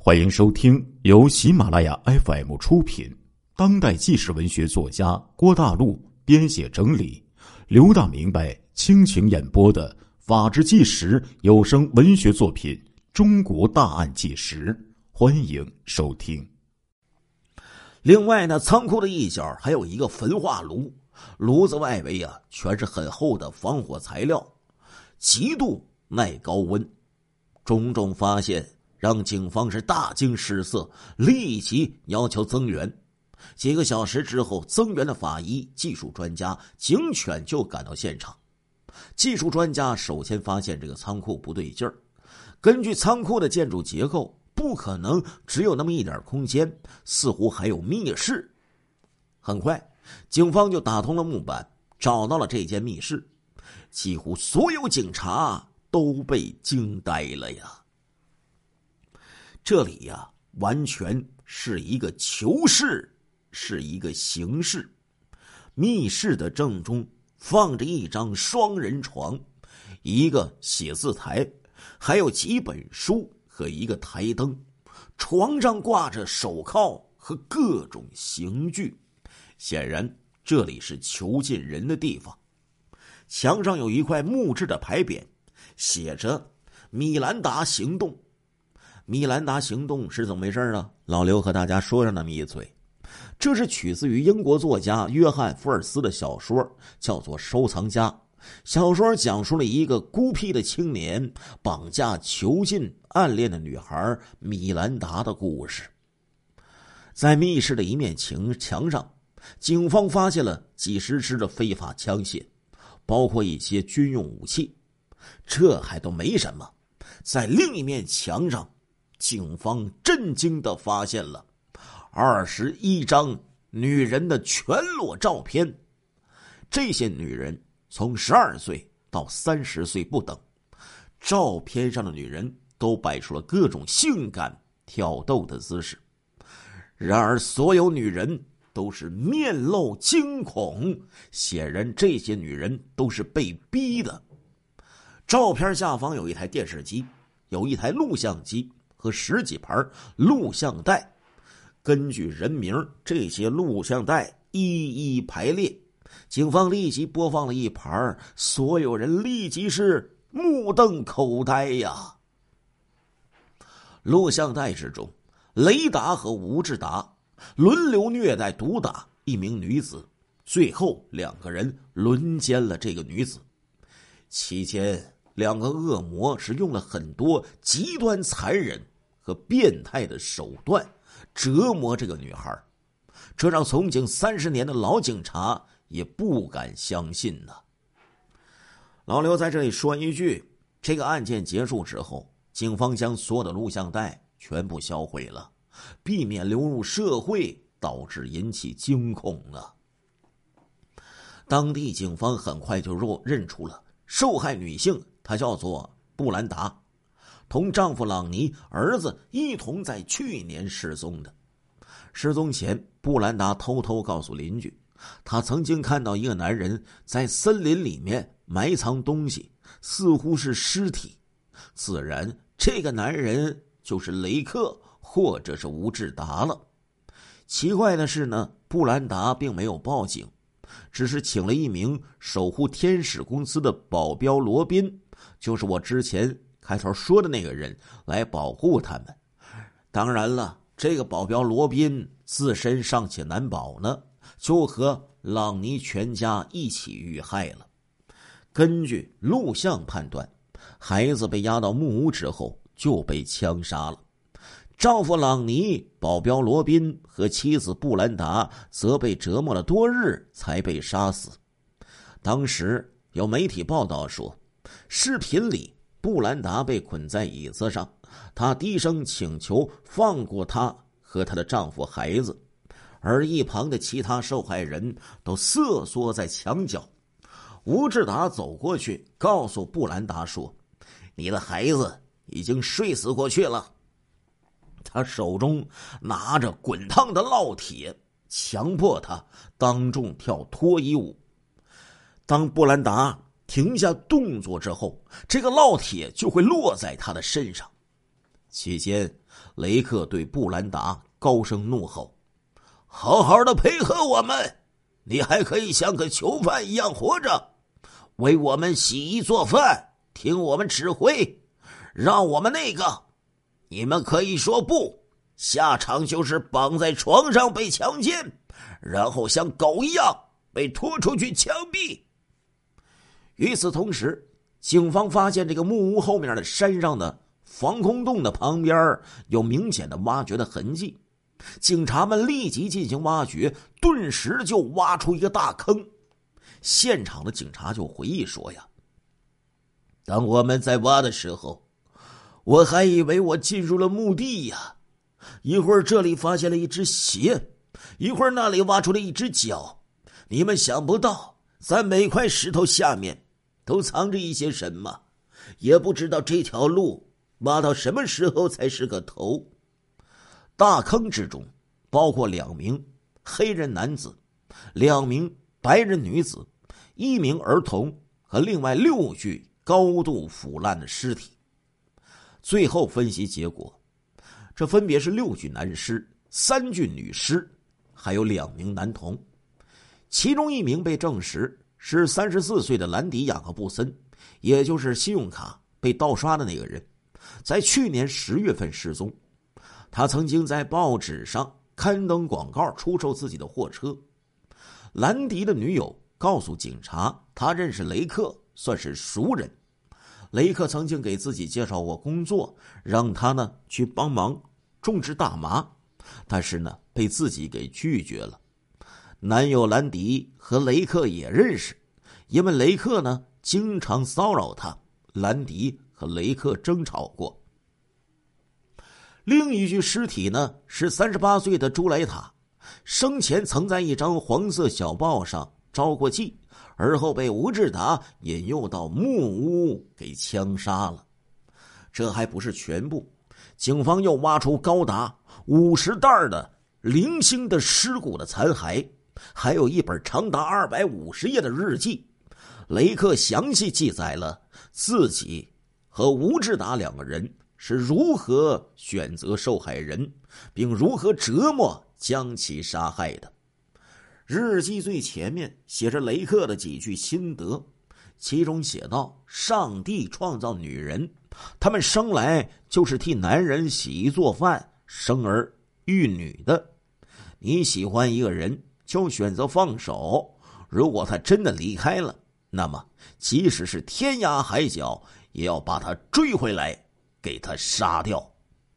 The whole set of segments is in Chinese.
欢迎收听由喜马拉雅 FM 出品，当代纪实文学作家郭大陆编写整理，刘大明白倾情演播的法制纪实有声文学作品《中国大案纪实》，欢迎收听。 另外呢，仓库的一角还有一个焚化炉，炉子外围全是很厚的防火材料，极度耐高温。种种发现让警方是大惊失色，立即要求增援。几个小时之后，增援的法医、技术专家、警犬就赶到现场。技术专家首先发现这个仓库不对劲儿，根据仓库的建筑结构，不可能只有那么一点空间，似乎还有密室。很快，警方就打通了木板，找到了这间密室。几乎所有警察都被惊呆了呀！这里完全是一个囚室，是一个刑室。密室的正中放着一张双人床，一个写字台，还有几本书和一个台灯。床上挂着手铐和各种刑具，显然这里是囚禁人的地方。墙上有一块木质的牌匾，写着米兰达行动。米兰达行动是怎么回事呢？老刘和大家说上那么一嘴。这是取自于英国作家约翰·福尔斯的小说，叫做《收藏家》。小说讲述了一个孤僻的青年绑架、囚禁、暗恋的女孩米兰达的故事。在密室的一面墙上，警方发现了几十支的非法枪械，包括一些军用武器。这还都没什么，在另一面墙上，警方震惊地发现了21张女人的全裸照片。这些女人从12岁到30岁不等，照片上的女人都摆出了各种性感挑逗的姿势。然而所有女人都是面露惊恐，显然这些女人都是被逼的。照片下方有一台电视机，有一台录像机和10几盘录像带。根据人名，这些录像带一一排列。警方立即播放了一盘，所有人立即是目瞪口呆呀。录像带之中，雷达和吴志达轮流虐待毒打一名女子，最后2个人轮奸了这个女子。期间2个恶魔是用了很多极端残忍和变态的手段折磨这个女孩，这让从警30年的老警察也不敢相信呢。老刘在这里说一句，这个案件结束之后，警方将所有的录像带全部销毁了，避免流入社会，导致引起惊恐啊。当地警方很快就认出了受害女性，她叫做布兰达，同丈夫朗尼、儿子一同在去年失踪的。失踪前，布兰达偷偷告诉邻居，她曾经看到一个男人在森林里面埋藏东西，似乎是尸体。自然，这个男人就是雷克或者是吴志达了。奇怪的是呢，布兰达并没有报警，只是请了一名守护天使公司的保镖罗宾，就是我之前开头说的那个人，来保护他们。当然了，这个保镖罗宾自身尚且难保呢，就和朗尼全家一起遇害了。根据录像判断，孩子被押到木屋之后就被枪杀了。丈夫朗尼、保镖罗宾和妻子布兰达则被折磨了多日才被杀死。当时有媒体报道说，视频里布兰达被捆在椅子上，她低声请求放过她和她的丈夫孩子，而一旁的其他受害人都瑟缩在墙角。吴志达走过去告诉布兰达说，你的孩子已经睡死过去了。他手中拿着滚烫的烙铁，强迫他当众跳脱衣舞。当布兰达停下动作之后，这个烙铁就会落在他的身上。 期间，雷克对布兰达高声怒吼：“好好的配合我们，你还可以像个囚犯一样活着，为我们洗衣做饭，听我们指挥，让我们那个，你们可以说不，下场就是绑在床上被强奸，然后像狗一样被拖出去枪毙。”与此同时，警方发现这个木屋后面的山上的防空洞的旁边有明显的挖掘的痕迹，警察们立即进行挖掘，顿时就挖出一个大坑。现场的警察就回忆说呀：“当我们在挖的时候，我还以为我进入了墓地呀，一会儿这里发现了一只鞋，一会儿那里挖出了一只脚，你们想不到，在每块石头下面都藏着一些什么，也不知道这条路挖到什么时候才是个头。”大坑之中包括2名黑人男子、2名白人女子、1名儿童和另外6具高度腐烂的尸体。最后分析结果，这分别是6具男尸、3具女尸，还有2名男童。其中1名被证实是34岁的兰迪·雅各布森，也就是信用卡被盗刷的那个人，在去年10月份失踪。他曾经在报纸上刊登广告出售自己的货车。兰迪的女友告诉警察，他认识雷克，算是熟人。雷克曾经给自己介绍过工作，让他呢去帮忙种植大麻，但是呢被自己给拒绝了。男友兰迪和雷克也认识，因为雷克呢经常骚扰他，兰迪和雷克争吵过。另一具尸体呢是38岁的朱莱塔，生前曾在一张黄色小报上招过妓，而后被吴志达引诱到木屋给枪杀了。这还不是全部，警方又挖出高达50袋的零星的尸骨的残骸，还有一本长达250页的日记。雷克详细记载了自己和吴志达2个人是如何选择受害人，并如何折磨将其杀害的。日记最前面写着雷克的几句心得，其中写道：上帝创造女人，她们生来就是替男人洗衣做饭、生儿育女的。你喜欢一个人，就选择放手，如果他真的离开了，那么即使是天涯海角，也要把他追回来，给他杀掉。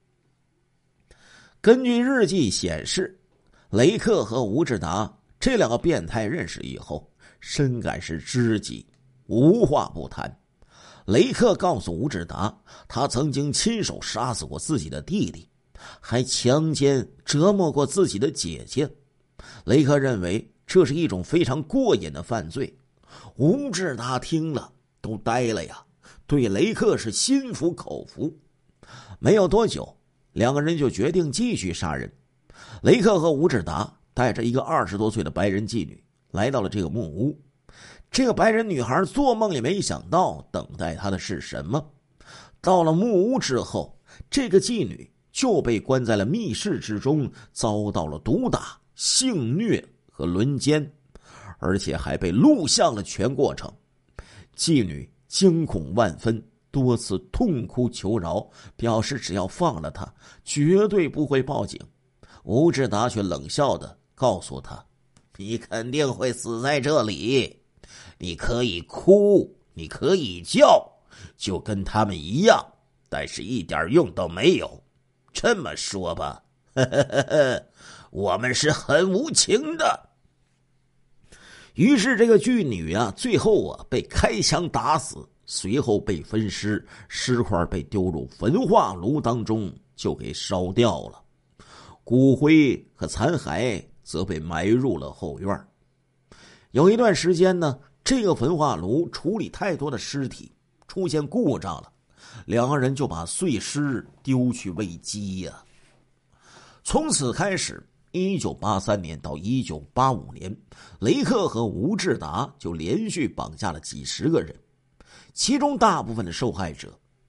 根据日记显示，雷克和吴志达这2个变态认识以后，深感是知己，无话不谈。雷克告诉吴志达，他曾经亲手杀死过自己的弟弟，还强奸折磨过自己的姐姐。雷克认为这是一种非常过瘾的犯罪。吴志达听了都呆了呀，对雷克是心服口服。没有多久，2个人就决定继续杀人。雷克和吴志达带着一个20多岁的白人妓女来到了这个木屋。这个白人女孩做梦也没想到等待她的是什么。到了木屋之后，这个妓女就被关在了密室之中，遭到了毒打、性虐和轮奸，而且还被录像了全过程。妓女惊恐万分，多次痛哭求饶，表示只要放了他，绝对不会报警。吴志达却冷笑地告诉他：你肯定会死在这里，你可以哭，你可以叫，就跟他们一样，但是一点用都没有。这么说吧，我们是很无情的。于是这个妓女啊，最后被开枪打死，随后被分尸，尸块被丢入焚化炉当中，就给烧掉了。骨灰和残骸则被埋入了后院。有一段时间呢，这个焚化炉处理太多的尸体，出现故障了，2个人就把碎尸丢去喂鸡呀。从此开始，1983年到1985年，雷克和吴志达就连续绑架了几十个人，其中大部分的受害者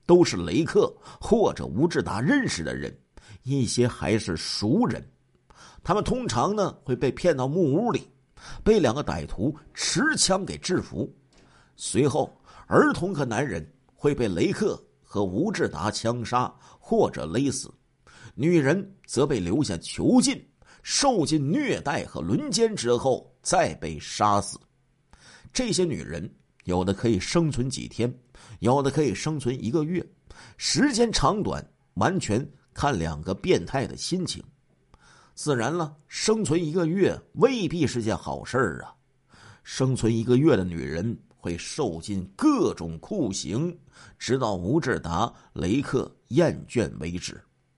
都是雷克或者吴志达认识的人，一些还是熟人。他们通常呢会被骗到木屋里，被2个歹徒持枪给制服。随后，儿童和男人会被雷克和吴志达枪杀或者勒死，女人则被留下囚禁，受尽虐待和轮奸之后再被杀死。这些女人有的可以生存几天，有的可以生存1个月，时间长短完全看2个变态的心情。自然了，生存1个月未必是件好事啊。生存1个月的女人会受尽各种酷刑，直到吴志达、雷克厌倦为止。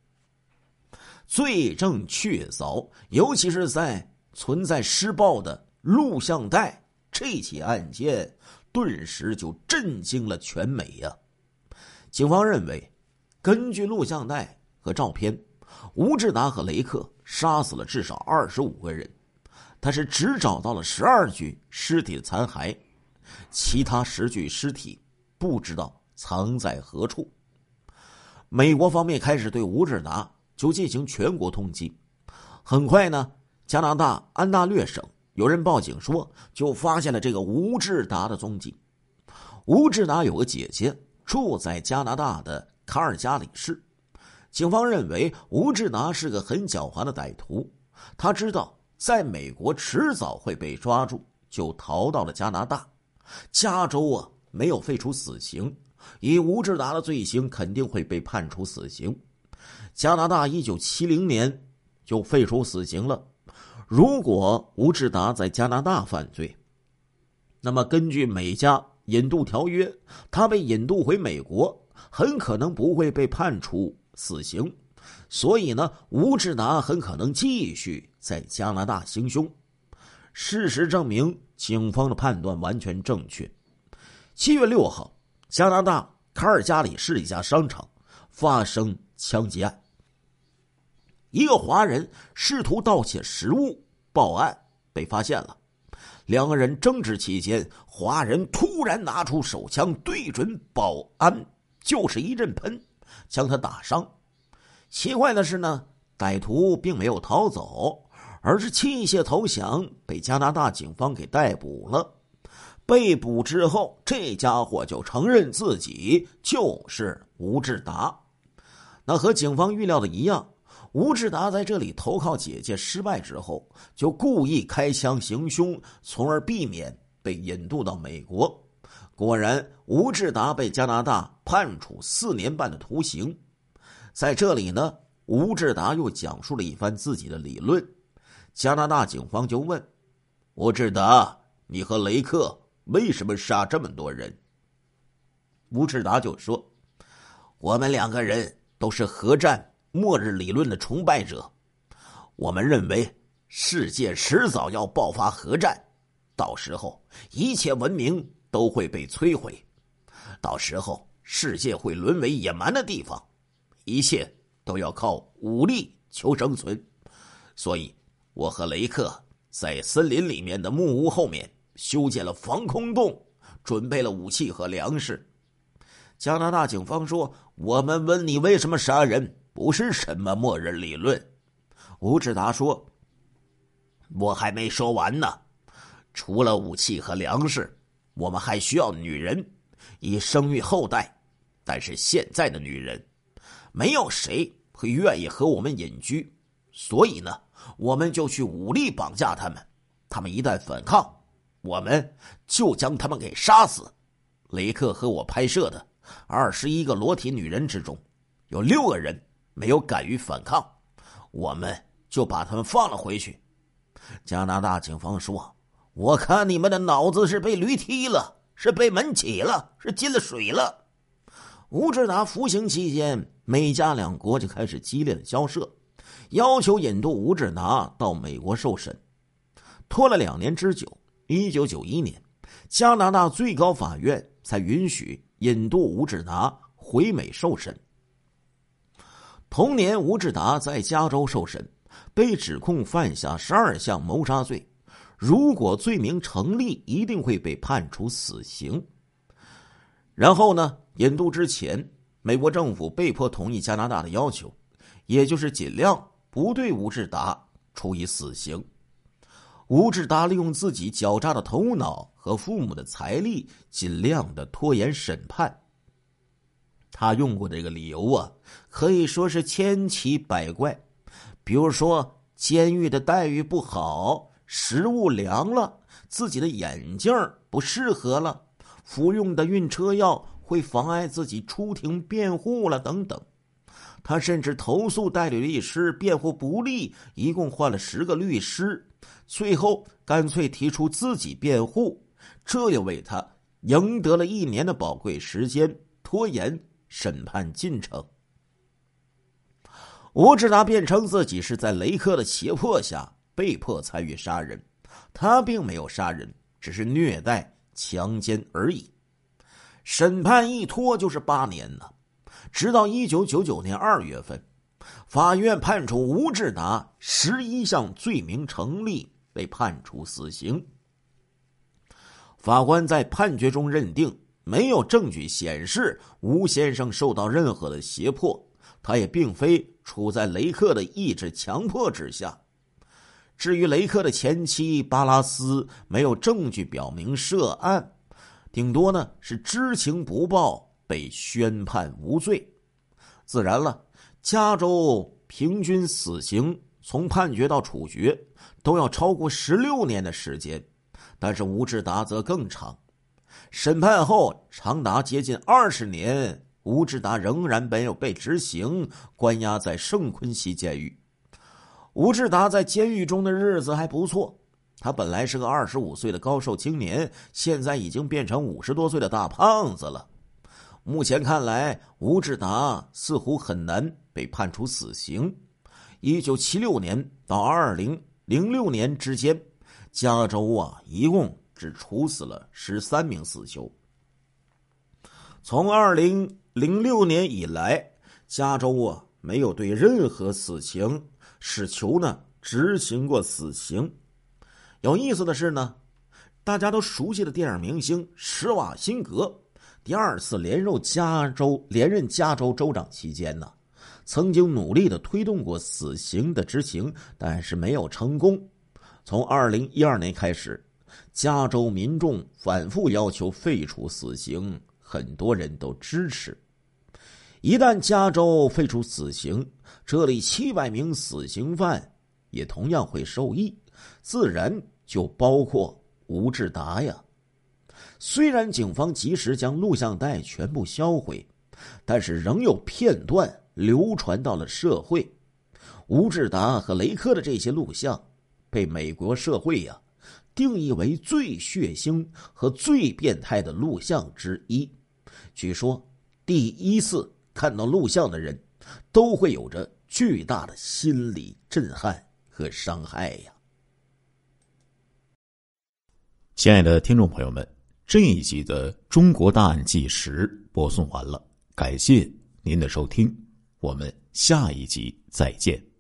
罪证确凿，尤其是在存在施暴的录像带，这起案件顿时就震惊了全美呀。警方认为，根据录像带和照片，吴志达和雷克杀死了至少25个人，但是只找到了12具尸体的残骸，其他10具尸体不知道藏在何处。美国方面开始对吴志达就进行全国通缉。很快呢，加拿大安大略省有人报警说，就发现了这个吴志达的踪迹。吴志达有个姐姐住在加拿大的卡尔加里市。警方认为吴志达是个很狡猾的歹徒，他知道在美国迟早会被抓住，就逃到了加拿大。加州啊没有废除死刑，以吴志达的罪行肯定会被判处死刑。加拿大1970年就废除死刑了。如果吴志达在加拿大犯罪，那么根据美加引渡条约，他被引渡回美国，很可能不会被判处死刑。所以呢，吴志达很可能继续在加拿大行凶。事实证明，警方的判断完全正确。7月6号，加拿大卡尔加里市一家商场发生枪击案。一个华人试图盗窃食物报案，被发现了。2个人争执期间，华人突然拿出手枪对准保安，就是一阵喷，将他打伤。奇怪的是呢，歹徒并没有逃走，而是弃械投降，被加拿大警方给逮捕了。被捕之后，这家伙就承认自己就是吴志达。那和警方预料的一样，吴志达在这里投靠姐姐失败之后，就故意开枪行凶，从而避免被引渡到美国。果然，吴志达被加拿大判处4年半的徒刑。在这里呢，吴志达又讲述了一番自己的理论。加拿大警方就问吴志达，你和雷克为什么杀这么多人？吴志达就说，我们2个人都是核战末日理论的崇拜者，我们认为世界迟早要爆发核战，到时候一切文明都会被摧毁，到时候世界会沦为野蛮的地方，一切都要靠武力求生存。所以我和雷克在森林里面的木屋后面修建了防空洞，准备了武器和粮食。加拿大警方说，我们问你为什么杀人，不是什么末日理论。吴志达说，我还没说完呢，除了武器和粮食，我们还需要女人，以生育后代。但是现在的女人，没有谁会愿意和我们隐居，所以呢，我们就去武力绑架他们。他们一旦反抗，我们就将他们给杀死。雷克和我拍摄的21个裸体女人之中，有6个人没有敢于反抗，我们就把他们放了回去。加拿大警方说，我看你们的脑子是被驴踢了，是被门挤了，是进了水了。吴志达服刑期间，美加2国就开始激烈的交涉，要求引渡吴志达到美国受审。拖了2年之久，1991年，加拿大最高法院才允许引渡吴志达回美受审。同年，吴志达在加州受审，被指控犯下12项谋杀罪，如果罪名成立，一定会被判处死刑。然后呢，引渡之前， 美国政府被迫同意加拿大的要求，也就是尽量不对吴志达处以死刑。吴志达利用自己狡诈的头脑和父母的财力，尽量的拖延审判。他用过这个理由啊，可以说是千奇百怪。比如说，监狱的待遇不好，食物凉了，自己的眼镜不适合了，服用的晕车药会妨碍自己出庭辩护了等等。他甚至投诉代理律师辩护不力，一共换了10个律师，最后干脆提出自己辩护，这又为他赢得了1年的宝贵时间，拖延审判进程。吴志达辩称自己是在雷克的胁迫下被迫参与杀人，他并没有杀人，只是虐待、强奸而已。审判一拖就是8年呢，直到1999年2月份，法院判处吴志达11项罪名成立，被判处死刑。法官在判决中认定，没有证据显示吴先生受到任何的胁迫，他也并非处在雷克的意志强迫之下。至于雷克的前妻巴拉斯，没有证据表明涉案，顶多呢是知情不报，被宣判无罪。自然了，加州平均死刑从判决到处决都要超过16年的时间，但是吴志达则更长。审判后长达接近20年，吴志达仍然没有被执行，关押在圣昆西监狱。吴志达在监狱中的日子还不错，他本来是个25岁的高瘦青年，现在已经变成50多岁的大胖子了。目前看来，吴志达似乎很难被判处死刑。1976年到2006年之间，加州一共只处死了13名死囚。从2006年以来，加州没有对任何死囚呢执行过死刑。有意思的是呢，大家都熟悉的电影明星施瓦辛格第2次连任加州州长期间呢，曾经努力的推动过死刑的执行，但是没有成功。从2012年开始，加州民众反复要求废除死刑，很多人都支持。一旦加州废除死刑，这里700名死刑犯也同样会受益，自然就包括吴志达呀。虽然警方及时将录像带全部销毁，但是仍有片段流传到了社会。吴志达和雷克的这些录像被美国社会定义为最血腥和最变态的录像之一。据说第一次看到录像的人都会有着巨大的心理震撼和伤害呀。 亲爱的听众朋友们，这一集的中国大案纪实播送完了，感谢您的收听，我们下一集再见。